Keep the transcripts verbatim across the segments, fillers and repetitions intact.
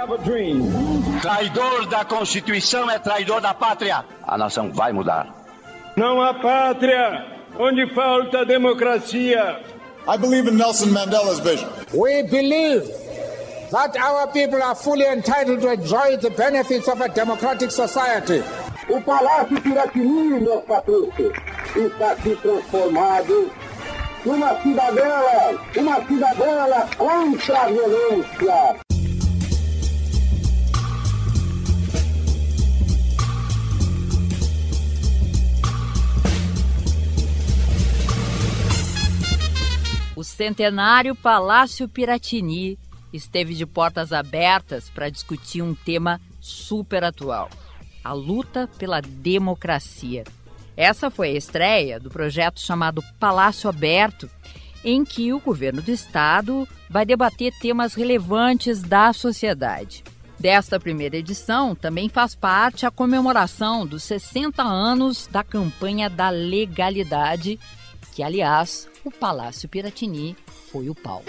Traidor da Constituição é traidor da pátria. A nação vai mudar. Não há pátria onde falta democracia. I believe in Nelson Mandela's vision. We believe that our people are fully entitled to enjoy the benefits of a democratic society. O Palácio Piratini, meus patrícios, está se transformado numa cidadela, uma cidadela contra a violência. O centenário Palácio Piratini esteve de portas abertas para discutir um tema super atual: a luta pela democracia. Essa foi a estreia do projeto chamado Palácio Aberto, em que o governo do estado vai debater temas relevantes da sociedade. Desta primeira edição também faz parte a comemoração dos sessenta anos da campanha da legalidade, que, aliás, o Palácio Piratini foi o palco.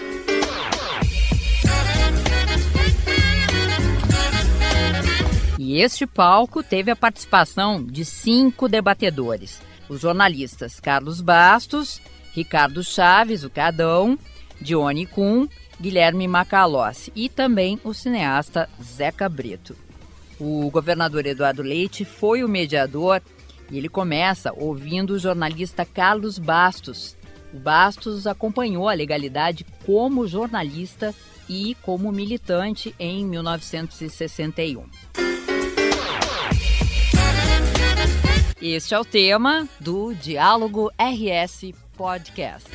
E este palco teve a participação de cinco debatedores: os jornalistas Carlos Bastos, Ricardo Chaves, o Cadão, Dione Kuhn, Guilherme Macalossi e também o cineasta Zeca Brito. O governador Eduardo Leite foi o mediador e ele começa ouvindo o jornalista Carlos Bastos. O Bastos acompanhou a legalidade como jornalista e como militante em mil novecentos e sessenta e um. Este é o tema do Diálogo R S Podcast.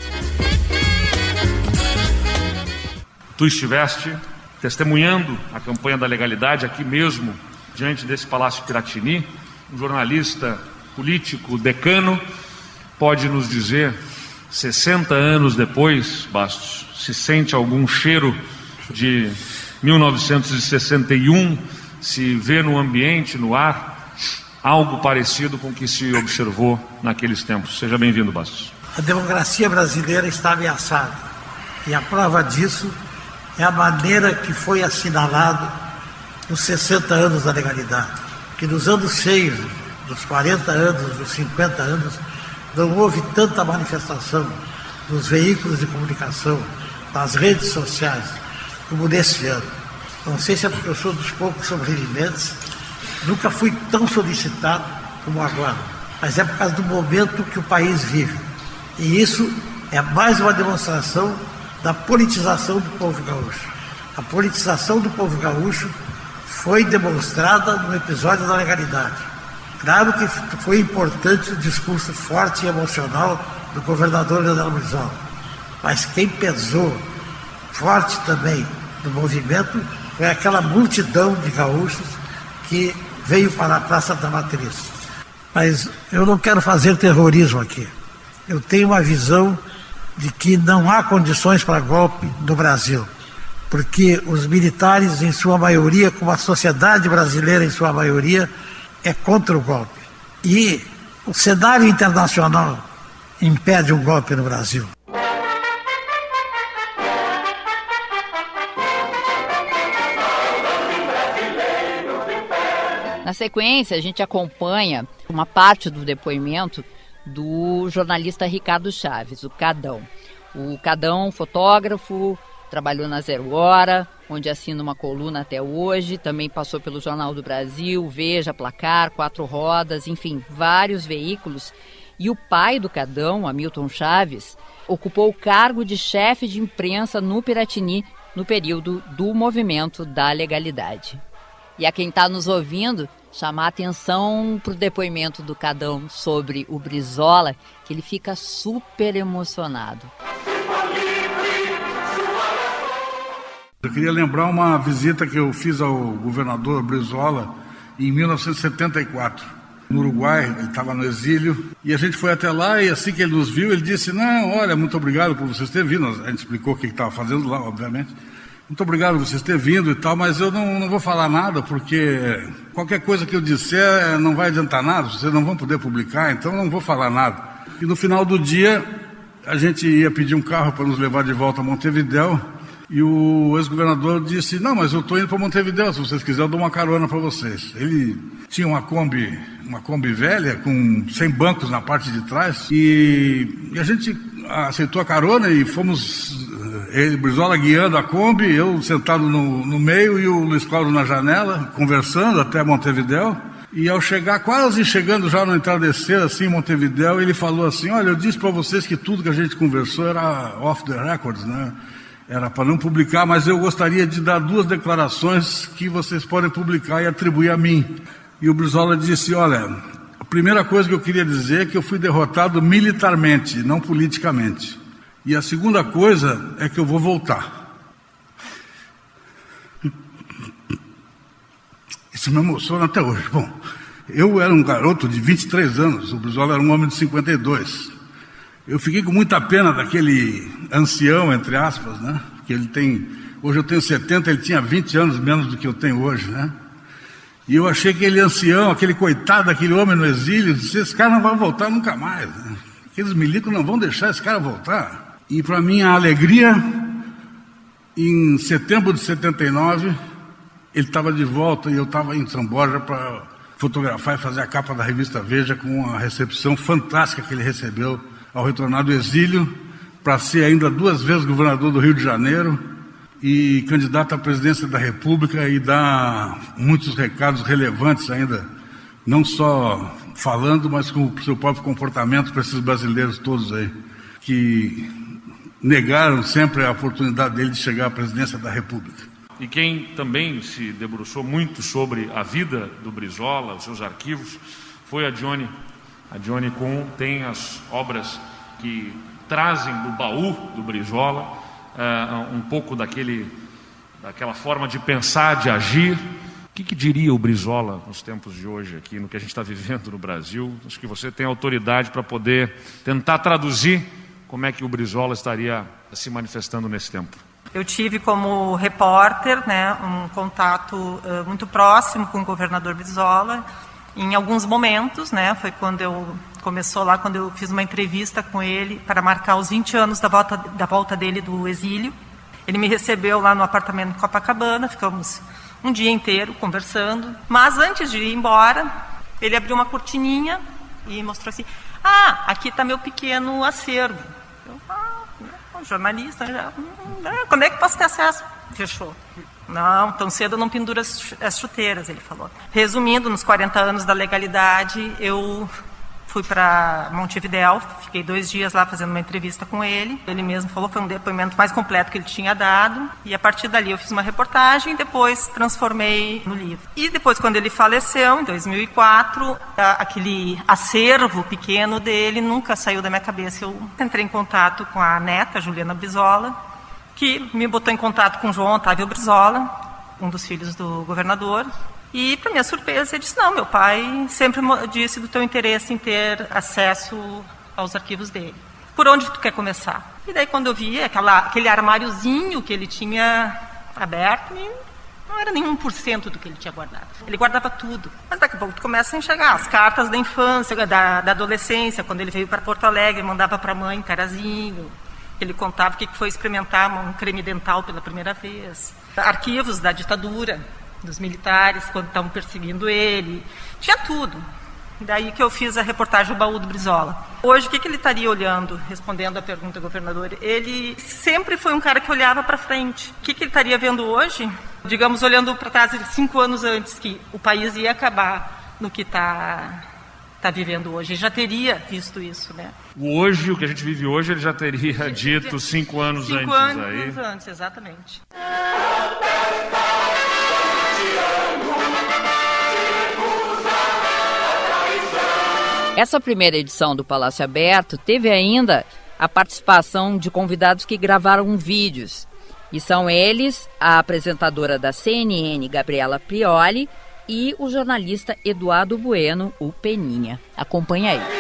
Tu estiveste testemunhando a campanha da legalidade aqui mesmo, diante desse Palácio Piratini. Um jornalista político decano pode nos dizer, sessenta anos depois, Bastos, se sente algum cheiro de mil novecentos e sessenta e um, se vê no ambiente, no ar, algo parecido com o que se observou naqueles tempos? Seja bem-vindo, Bastos. A democracia brasileira está ameaçada e a prova disso é a maneira que foi assinalado os sessenta anos da legalidade, que nos anos cheios, dos quarenta anos, dos cinquenta anos, não houve tanta manifestação nos veículos de comunicação, nas redes sociais, como nesse ano. Não sei se é porque eu sou dos poucos sobreviventes, nunca fui tão solicitado como agora, mas é por causa do momento que o país vive. E isso é mais uma demonstração da politização do povo gaúcho. A politização do povo gaúcho foi demonstrada no episódio da legalidade. Claro que foi importante o discurso forte e emocional do governador Leonel Brizola, mas quem pesou forte também no movimento foi aquela multidão de gaúchos que veio para a Praça da Matriz. Mas eu não quero fazer terrorismo aqui. Eu tenho uma visão de que não há condições para golpe no Brasil, porque os militares, em sua maioria, como a sociedade brasileira, em sua maioria, é contra o golpe. E o cenário internacional impede um golpe no Brasil. Na sequência, a gente acompanha uma parte do depoimento do jornalista Ricardo Chaves, o Cadão. O Cadão, fotógrafo, trabalhou na Zero Hora, onde assina uma coluna até hoje, também passou pelo Jornal do Brasil, Veja, Placar, Quatro Rodas, enfim, vários veículos. E o pai do Cadão, Hamilton Chaves, ocupou o cargo de chefe de imprensa no Piratini no período do movimento da legalidade. E a quem está nos ouvindo, chamar a atenção para o depoimento do Cadão sobre o Brizola, que ele fica super emocionado. Eu queria lembrar uma visita que eu fiz ao governador Brizola em mil novecentos e setenta e quatro, no Uruguai. Ele estava no exílio e a gente foi até lá e assim que ele nos viu, ele disse: não, olha, muito obrigado por vocês terem vindo. A gente explicou o que estava fazendo lá, obviamente. Muito obrigado por vocês terem vindo e tal, mas eu não, não vou falar nada, porque qualquer coisa que eu disser não vai adiantar nada, vocês não vão poder publicar, então não vou falar nada. E no final do dia, a gente ia pedir um carro para nos levar de volta a Montevidéu, E o ex-governador disse, não, mas eu estou indo para Montevidéu, se vocês quiserem eu dou uma carona para vocês. Ele tinha uma Kombi, uma Kombi velha, com cem bancos na parte de trás, e, e a gente aceitou a carona e fomos, ele, Brizola guiando a Kombi, eu sentado no, no meio e o Luiz Cláudio na janela, conversando até Montevidéu. E ao chegar, quase chegando já no entardecer, assim, em Montevidéu, ele falou assim, olha, eu disse para vocês que tudo que a gente conversou era off the records, né? Era para não publicar, mas eu gostaria de dar duas declarações que vocês podem publicar e atribuir a mim. E o Brizola disse, olha, a primeira coisa que eu queria dizer é que eu fui derrotado militarmente, não politicamente. E a segunda coisa é que eu vou voltar. Isso me emociona até hoje. Bom, eu era um garoto de vinte e três anos, o Brizola era um homem de cinquenta e dois. Eu fiquei com muita pena daquele ancião, entre aspas, né? Que ele tem, hoje eu tenho setenta, ele tinha vinte anos menos do que eu tenho hoje, né? E eu achei que aquele ancião, aquele coitado, aquele homem no exílio, disse, esse cara não vai voltar nunca mais, né? Aqueles milicos não vão deixar esse cara voltar. E para minha alegria, em setembro de setenta e nove, ele estava de volta e eu estava em São Borja para fotografar e fazer a capa da revista Veja com a recepção fantástica que ele recebeu ao retornar do exílio, para ser ainda duas vezes governador do Rio de Janeiro e candidato à presidência da República e dar muitos recados relevantes ainda, não só falando, mas com o seu próprio comportamento para esses brasileiros todos aí, que negaram sempre a oportunidade dele de chegar à presidência da República. E quem também se debruçou muito sobre a vida do Brizola, os seus arquivos, foi a Johnny. A Johnny Kuhn tem as obras que trazem do baú do Brizola uh, um pouco daquele, daquela forma de pensar, de agir. O que, que diria o Brizola nos tempos de hoje, aqui no que a gente está vivendo no Brasil? Acho que você tem autoridade para poder tentar traduzir como é que o Brizola estaria se manifestando nesse tempo. Eu tive como repórter, né, um contato uh, muito próximo com o governador Brizola. Em alguns momentos, né, foi quando eu começou lá, quando eu fiz uma entrevista com ele para marcar os vinte anos da volta, da volta dele do exílio. Ele me recebeu lá no apartamento em Copacabana, ficamos um dia inteiro conversando. Mas antes de ir embora, ele abriu uma cortininha e mostrou assim, ah, aqui está meu pequeno acervo. Eu, ah, jornalista, já, quando é que posso ter acesso? Fechou. Não, tão cedo não pendura as chuteiras, ele falou. Resumindo, nos quarenta anos da legalidade, eu fui para Montevidéu, fiquei dois dias lá fazendo uma entrevista com ele. Ele mesmo falou que foi um depoimento mais completo que ele tinha dado. E a partir dali eu fiz uma reportagem e depois transformei no livro. E depois, quando ele faleceu, em dois mil e quatro, aquele acervo pequeno dele nunca saiu da minha cabeça. Eu entrei em contato com a neta, Juliana Brizola, que me botou em contato com o João Otávio Brizola, um dos filhos do governador. E, para minha surpresa, ele disse, não, meu pai sempre disse do teu interesse em ter acesso aos arquivos dele. Por onde tu quer começar? E daí, quando eu vi aquela, aquele armáriozinho que ele tinha aberto, não era nem um por cento do que ele tinha guardado. Ele guardava tudo. Mas daqui a pouco tu começa a enxergar as cartas da infância, da, da adolescência, quando ele veio para Porto Alegre, mandava para a mãe em Carazinho. Ele contava o que foi experimentar um creme dental pela primeira vez. Arquivos da ditadura, dos militares, quando estavam perseguindo ele. Tinha tudo. Daí que eu fiz a reportagem O Baú do Brizola. Hoje, o que, que ele estaria olhando, respondendo à pergunta do governador? Ele sempre foi um cara que olhava para frente. O que, que ele estaria vendo hoje? Digamos, olhando para trás, cinco anos antes, que o país ia acabar no que está... está vivendo hoje. Ele já teria visto isso, né? O hoje, o que a gente vive hoje, ele já teria dito cinco anos cinco antes. Cinco anos aí. antes, exatamente. Essa primeira edição do Palácio Aberto teve ainda a participação de convidados que gravaram vídeos. E são eles a apresentadora da C N N, Gabriela Prioli, e o jornalista Eduardo Bueno, o Peninha. Acompanha aí.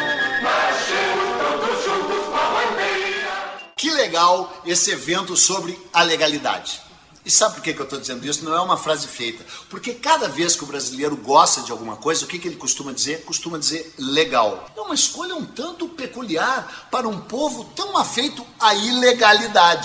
Que legal esse evento sobre a legalidade. E sabe por que eu estou dizendo isso? Não é uma frase feita. Porque cada vez que o brasileiro gosta de alguma coisa, o que, que ele costuma dizer? Costuma dizer legal. É uma escolha um tanto peculiar para um povo tão afeito à ilegalidade.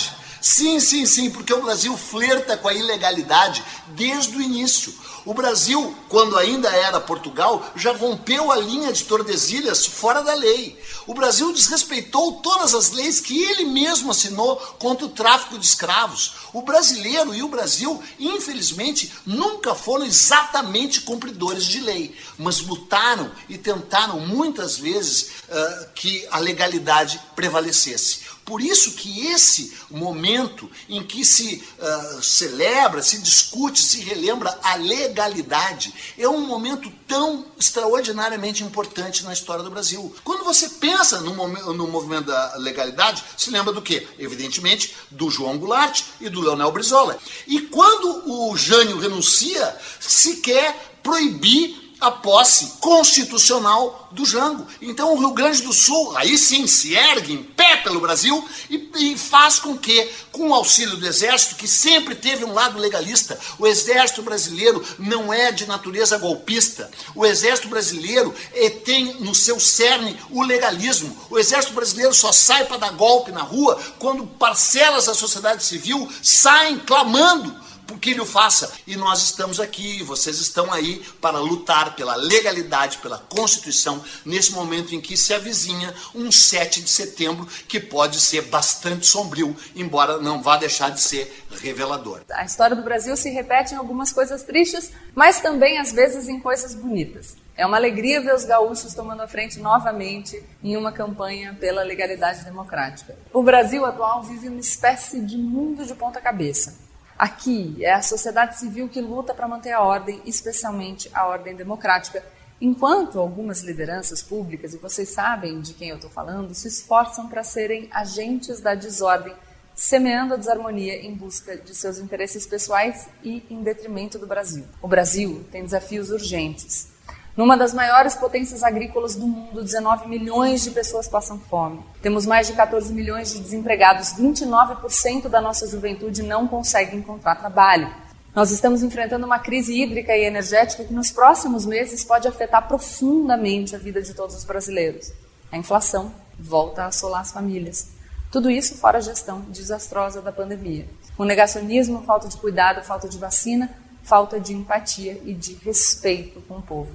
Sim, sim, sim, porque o Brasil flerta com a ilegalidade desde o início. O Brasil, quando ainda era Portugal, já rompeu a linha de Tordesilhas fora da lei. O Brasil desrespeitou todas as leis que ele mesmo assinou contra o tráfico de escravos. O brasileiro e o Brasil, infelizmente, nunca foram exatamente cumpridores de lei, mas lutaram e tentaram muitas vezes uh, que a legalidade prevalecesse. Por isso que esse momento em que se uh, celebra, se discute, se relembra a legalidade, é um momento tão extraordinariamente importante na história do Brasil. Quando você pensa no, momento, no movimento da legalidade, se lembra do quê? Evidentemente, do João Goulart e do Leonel Brizola. E quando o Jânio renuncia, se quer proibir a posse constitucional do Jango. Então o Rio Grande do Sul, aí sim, se ergue em pé pelo Brasil e, e faz com que, com o auxílio do Exército, que sempre teve um lado legalista, o Exército brasileiro não é de natureza golpista. O Exército brasileiro é, tem no seu cerne o legalismo. O Exército brasileiro só sai para dar golpe na rua quando parcelas da sociedade civil saem clamando que ele o faça. E nós estamos aqui, vocês estão aí para lutar pela legalidade, pela Constituição, nesse momento em que se avizinha um sete de setembro que pode ser bastante sombrio, embora não vá deixar de ser revelador. A história do Brasil se repete em algumas coisas tristes, mas também às vezes em coisas bonitas. É uma alegria ver os gaúchos tomando a frente novamente em uma campanha pela legalidade democrática. O Brasil atual vive uma espécie de mundo de ponta cabeça. Aqui é a sociedade civil que luta para manter a ordem, especialmente a ordem democrática, enquanto algumas lideranças públicas, e vocês sabem de quem eu estou falando, se esforçam para serem agentes da desordem, semeando a desarmonia em busca de seus interesses pessoais e em detrimento do Brasil. O Brasil tem desafios urgentes. Numa das maiores potências agrícolas do mundo, dezenove milhões de pessoas passam fome. Temos mais de quatorze milhões de desempregados, vinte e nove por cento da nossa juventude não consegue encontrar trabalho. Nós estamos enfrentando uma crise hídrica e energética que nos próximos meses pode afetar profundamente a vida de todos os brasileiros. A inflação volta a assolar as famílias. Tudo isso fora a gestão desastrosa da pandemia. O negacionismo, falta de cuidado, falta de vacina, falta de empatia e de respeito com o povo.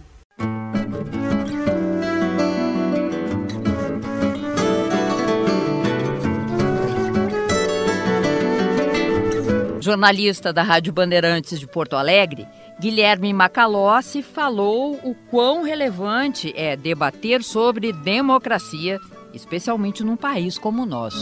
Jornalista da Rádio Bandeirantes de Porto Alegre, Guilherme Macalossi falou o quão relevante é debater sobre democracia, especialmente num país como o nosso.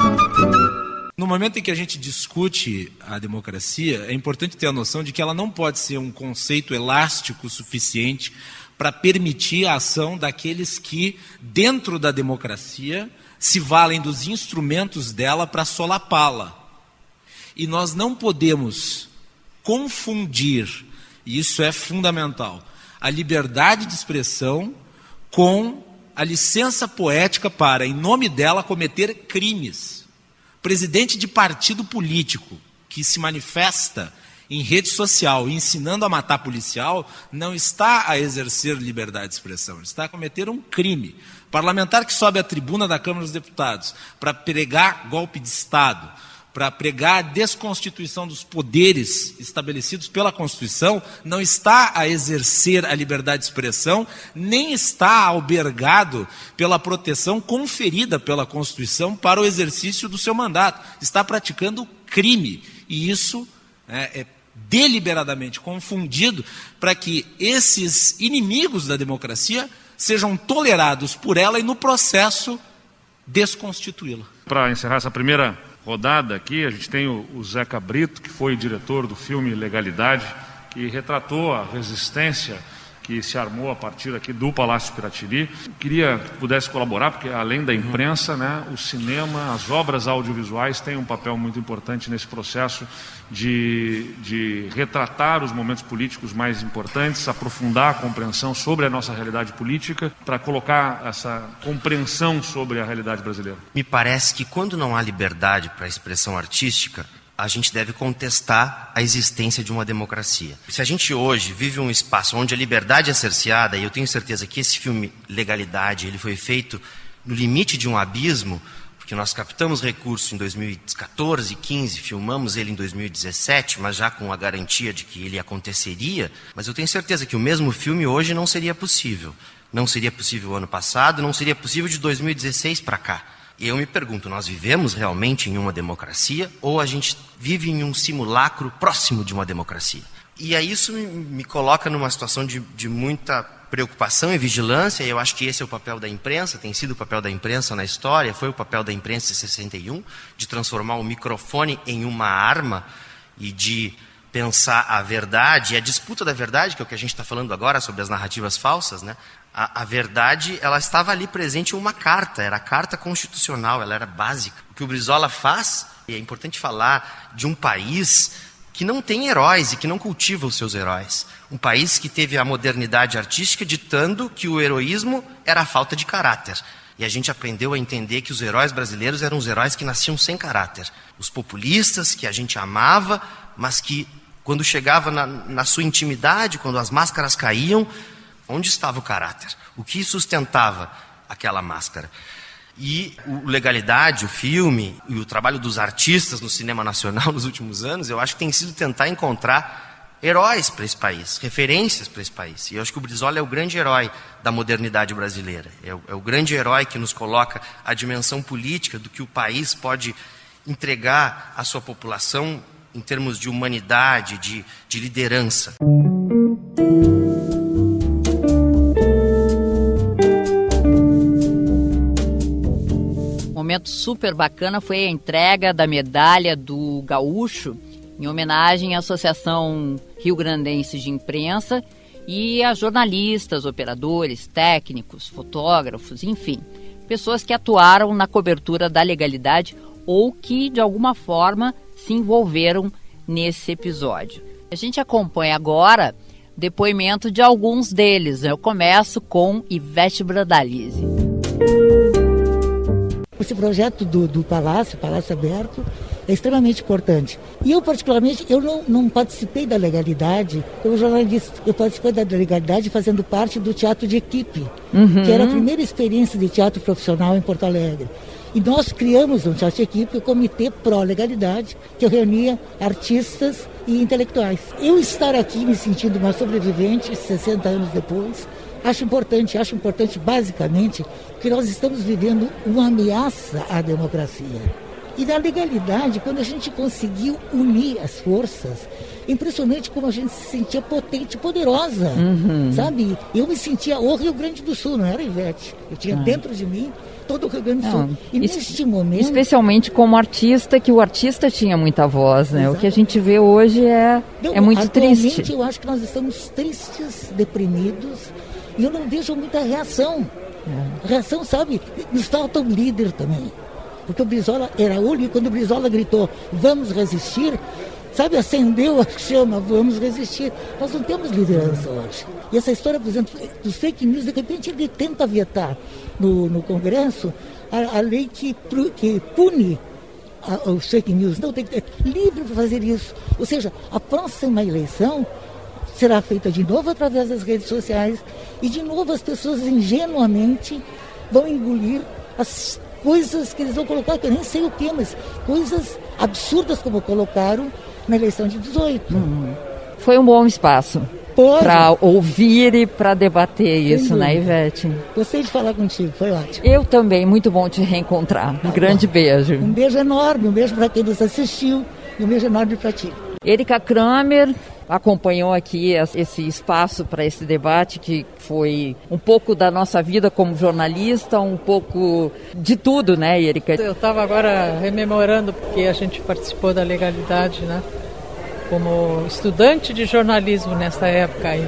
No momento em que a gente discute a democracia, é importante ter a noção de que ela não pode ser um conceito elástico o suficiente para permitir a ação daqueles que, dentro da democracia, se valem dos instrumentos dela para solapá-la. E nós não podemos confundir, e isso é fundamental, a liberdade de expressão com a licença poética para, em nome dela, cometer crimes. Presidente de partido político que se manifesta em rede social ensinando a matar policial não está a exercer liberdade de expressão, ele está a cometer um crime. Parlamentar que sobe à tribuna da Câmara dos Deputados para pregar golpe de Estado, para pregar a desconstituição dos poderes estabelecidos pela Constituição, não está a exercer a liberdade de expressão, nem está albergado pela proteção conferida pela Constituição para o exercício do seu mandato. Está praticando crime. E isso é, é deliberadamente confundido para que esses inimigos da democracia sejam tolerados por ela e, no processo, desconstituí-la. Para encerrar essa primeira rodada aqui, a gente tem o, o Zeca Brito, que foi diretor do filme Legalidade, que retratou a resistência que se armou a partir aqui do Palácio Piratini. Queria que pudesse colaborar, porque além da imprensa, né, o cinema, as obras audiovisuais têm um papel muito importante nesse processo de, de retratar os momentos políticos mais importantes, aprofundar a compreensão sobre a nossa realidade política, para colocar essa compreensão sobre a realidade brasileira. Me parece que quando não há liberdade para a expressão artística, a gente deve contestar a existência de uma democracia. Se a gente hoje vive um espaço onde a liberdade é cerceada, e eu tenho certeza que esse filme Legalidade ele foi feito no limite de um abismo, porque nós captamos recurso em dois mil e quatorze, quinze, filmamos ele em dois mil e dezessete, mas já com a garantia de que ele aconteceria, mas eu tenho certeza que o mesmo filme hoje não seria possível. Não seria possível ano passado, não seria possível de dois mil e dezesseis para cá. E eu me pergunto, nós vivemos realmente em uma democracia ou a gente vive em um simulacro próximo de uma democracia? E aí isso me, me coloca numa situação de, de muita preocupação e vigilância, e eu acho que esse é o papel da imprensa, tem sido o papel da imprensa na história, foi o papel da imprensa em sessenta e um, de transformar o microfone em uma arma e de pensar a verdade, e a disputa da verdade, que é o que a gente está falando agora sobre as narrativas falsas, né? A, a verdade, ela estava ali presente em uma carta, era a carta constitucional, ela era básica. O que o Brizola faz, e é importante falar de um país que não tem heróis e que não cultiva os seus heróis. Um país que teve a modernidade artística ditando que o heroísmo era a falta de caráter. E a gente aprendeu a entender que os heróis brasileiros eram os heróis que nasciam sem caráter. Os populistas que a gente amava, mas que quando chegava na, na sua intimidade, quando as máscaras caíam, onde estava o caráter? O que sustentava aquela máscara? E o Legalidade, o filme e o trabalho dos artistas no cinema nacional nos últimos anos, eu acho que tem sido tentar encontrar heróis para esse país, referências para esse país. E eu acho que o Brizola é o grande herói da modernidade brasileira. É o, é o grande herói que nos coloca a dimensão política do que o país pode entregar à sua população em termos de humanidade, de, de liderança. Um momento super bacana foi a entrega da medalha do Gaúcho em homenagem à Associação Rio Grandense de Imprensa e a jornalistas, operadores, técnicos, fotógrafos, enfim, pessoas que atuaram na cobertura da legalidade ou que, de alguma forma, se envolveram nesse episódio. A gente acompanha agora depoimento de alguns deles. Eu começo com Ivete Brandalize. Esse projeto do, do Palácio, Palácio Aberto, é extremamente importante. E eu, particularmente, eu não, não participei da legalidade como jornalista. Eu participei da legalidade fazendo parte do teatro de equipe, uhum. que era a primeira experiência de teatro profissional em Porto Alegre. E nós criamos um teatro de equipe, o Comitê Pró-Legalidade, que reunia artistas e intelectuais. Eu estar aqui me sentindo uma sobrevivente, sessenta anos depois, acho importante, acho importante basicamente que nós estamos vivendo uma ameaça à democracia. E da legalidade, quando a gente conseguiu unir as forças, impressionante como a gente se sentia potente, poderosa, uhum. sabe? Eu me sentia o Rio Grande do Sul, não era Ivete. Eu tinha ah. dentro de mim todo o Rio Grande do Sul. Não, e es- neste momento... Especialmente como artista, que o artista tinha muita voz, né? Exatamente. O que a gente vê hoje é, não, é muito triste. Atualmente eu acho que nós estamos tristes, deprimidos, e eu não vejo muita reação. É. Reação, sabe? Nos falta um líder também. Porque o Brizola era olho, e quando o Brizola gritou, vamos resistir, sabe, acendeu a chama, vamos resistir. Nós não temos liderança hoje. E essa história, por exemplo, dos fake news, de repente ele tenta vetar no, no Congresso a, a lei que, que pune a, os fake news. Não, tem que ter livre para fazer isso. Ou seja, a próxima eleição será feita de novo através das redes sociais e de novo as pessoas ingenuamente vão engolir as coisas que eles vão colocar, que eu nem sei o que, mas coisas absurdas como colocaram na eleição de dezoito. Uhum. Foi um bom espaço para ouvir e para debater Sem isso, dúvida. Né, Ivete? Gostei de falar contigo, foi ótimo. Eu também, muito bom te reencontrar. Um ah, grande bom. beijo. Um beijo enorme, um beijo para quem nos assistiu e um beijo enorme para ti. Erika Kramer acompanhou aqui esse espaço para esse debate que foi um pouco da nossa vida como jornalista, um pouco de tudo, né, Erika? Eu estava agora rememorando, porque a gente participou da legalidade, né, como estudante de jornalismo nessa época aí.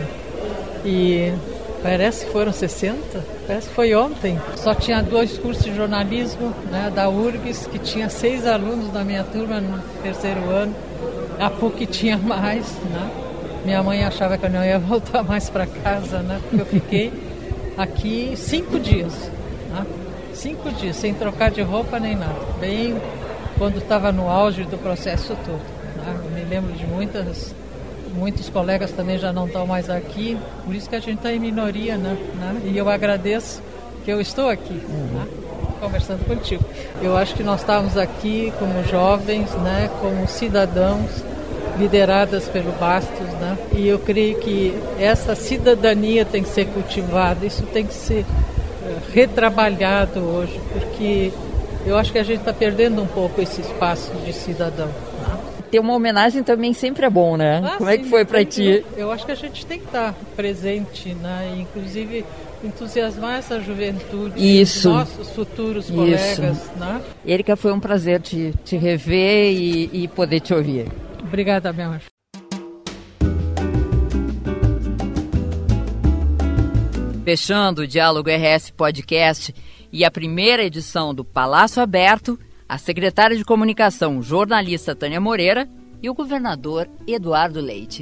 E parece que foram sessenta, parece que foi ontem. Só tinha dois cursos de jornalismo, né, da U R G S, que tinha seis alunos na minha turma no terceiro ano. A P U C tinha mais, né? Minha mãe achava que eu não ia voltar mais para casa, né? Porque eu fiquei aqui cinco dias, né? Cinco dias, sem trocar de roupa nem nada. Bem quando estava no auge do processo todo, né? Eu me lembro de muitas, muitos colegas também já não estão mais aqui, por isso que a gente está em minoria, né? E eu agradeço que eu estou aqui, né? conversando contigo. Eu acho que nós estávamos aqui como jovens, né, como cidadãos, lideradas pelo Bastos, né, e eu creio que essa cidadania tem que ser cultivada, isso tem que ser uh, retrabalhado hoje, porque eu acho que a gente está perdendo um pouco esse espaço de cidadão. Ter uma homenagem também sempre é bom, né? Ah, Como é que foi para ti? Eu acho que a gente tem que estar presente, né? Inclusive entusiasmar essa juventude, Isso. nossos futuros colegas. Isso. Né? Erika, foi um prazer te, te rever e, e poder te ouvir. Obrigada, meu anjo. Fechando o Diálogo R S Podcast e a primeira edição do Palácio Aberto, a secretária de Comunicação, jornalista Tânia Moreira, e o governador Eduardo Leite.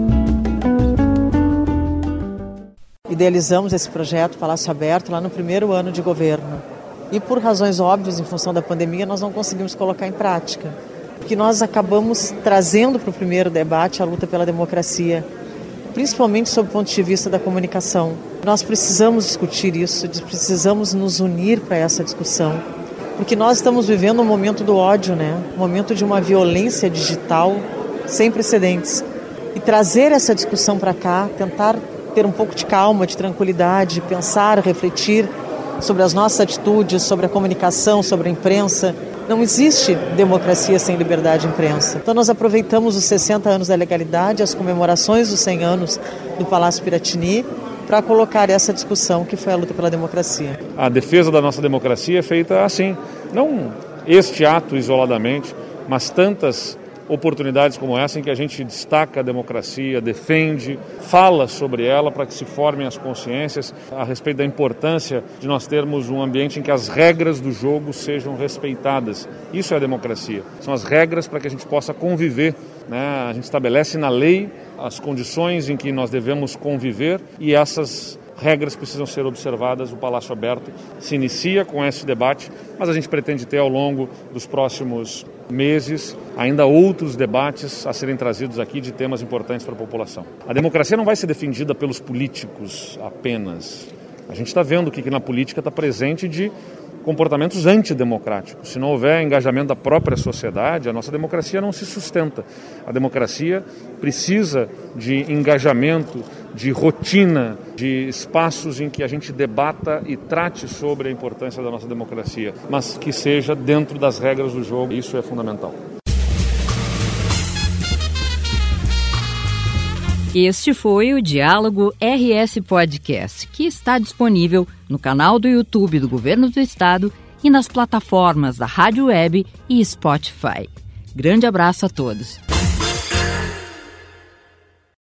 Idealizamos esse projeto Palácio Aberto lá no primeiro ano de governo. E por razões óbvias, em função da pandemia, nós não conseguimos colocar em prática. Porque nós acabamos trazendo para o primeiro debate a luta pela democracia, principalmente sob o ponto de vista da comunicação. Nós precisamos discutir isso, precisamos nos unir para essa discussão. Porque nós estamos vivendo um momento do ódio, né? Um momento de uma violência digital sem precedentes. E trazer essa discussão para cá, tentar ter um pouco de calma, de tranquilidade, pensar, refletir sobre as nossas atitudes, sobre a comunicação, sobre a imprensa. Não existe democracia sem liberdade de imprensa. Então nós aproveitamos os sessenta anos da legalidade, as comemorações dos cem anos do Palácio Piratini, para colocar essa discussão que foi a luta pela democracia. A defesa da nossa democracia é feita assim, não este ato isoladamente, mas tantas oportunidades como essa em que a gente destaca a democracia, defende, fala sobre ela para que se formem as consciências a respeito da importância de nós termos um ambiente em que as regras do jogo sejam respeitadas. Isso é a democracia. São as regras para que a gente possa conviver, né? A gente estabelece na lei as condições em que nós devemos conviver e essas regras precisam ser observadas. O Palácio Aberto se inicia com esse debate, mas a gente pretende ter ao longo dos próximos meses ainda outros debates a serem trazidos aqui de temas importantes para a população. A democracia não vai ser defendida pelos políticos apenas. A gente está vendo que, que na política está presente de comportamentos antidemocráticos. Se não houver engajamento da própria sociedade, a nossa democracia não se sustenta. A democracia precisa de engajamento, de rotina, de espaços em que a gente debata e trate sobre a importância da nossa democracia, mas que seja dentro das regras do jogo. Isso é fundamental. Este foi o Diálogo R S Podcast, que está disponível no canal do YouTube do Governo do Estado e nas plataformas da Rádio Web e Spotify. Grande abraço a todos.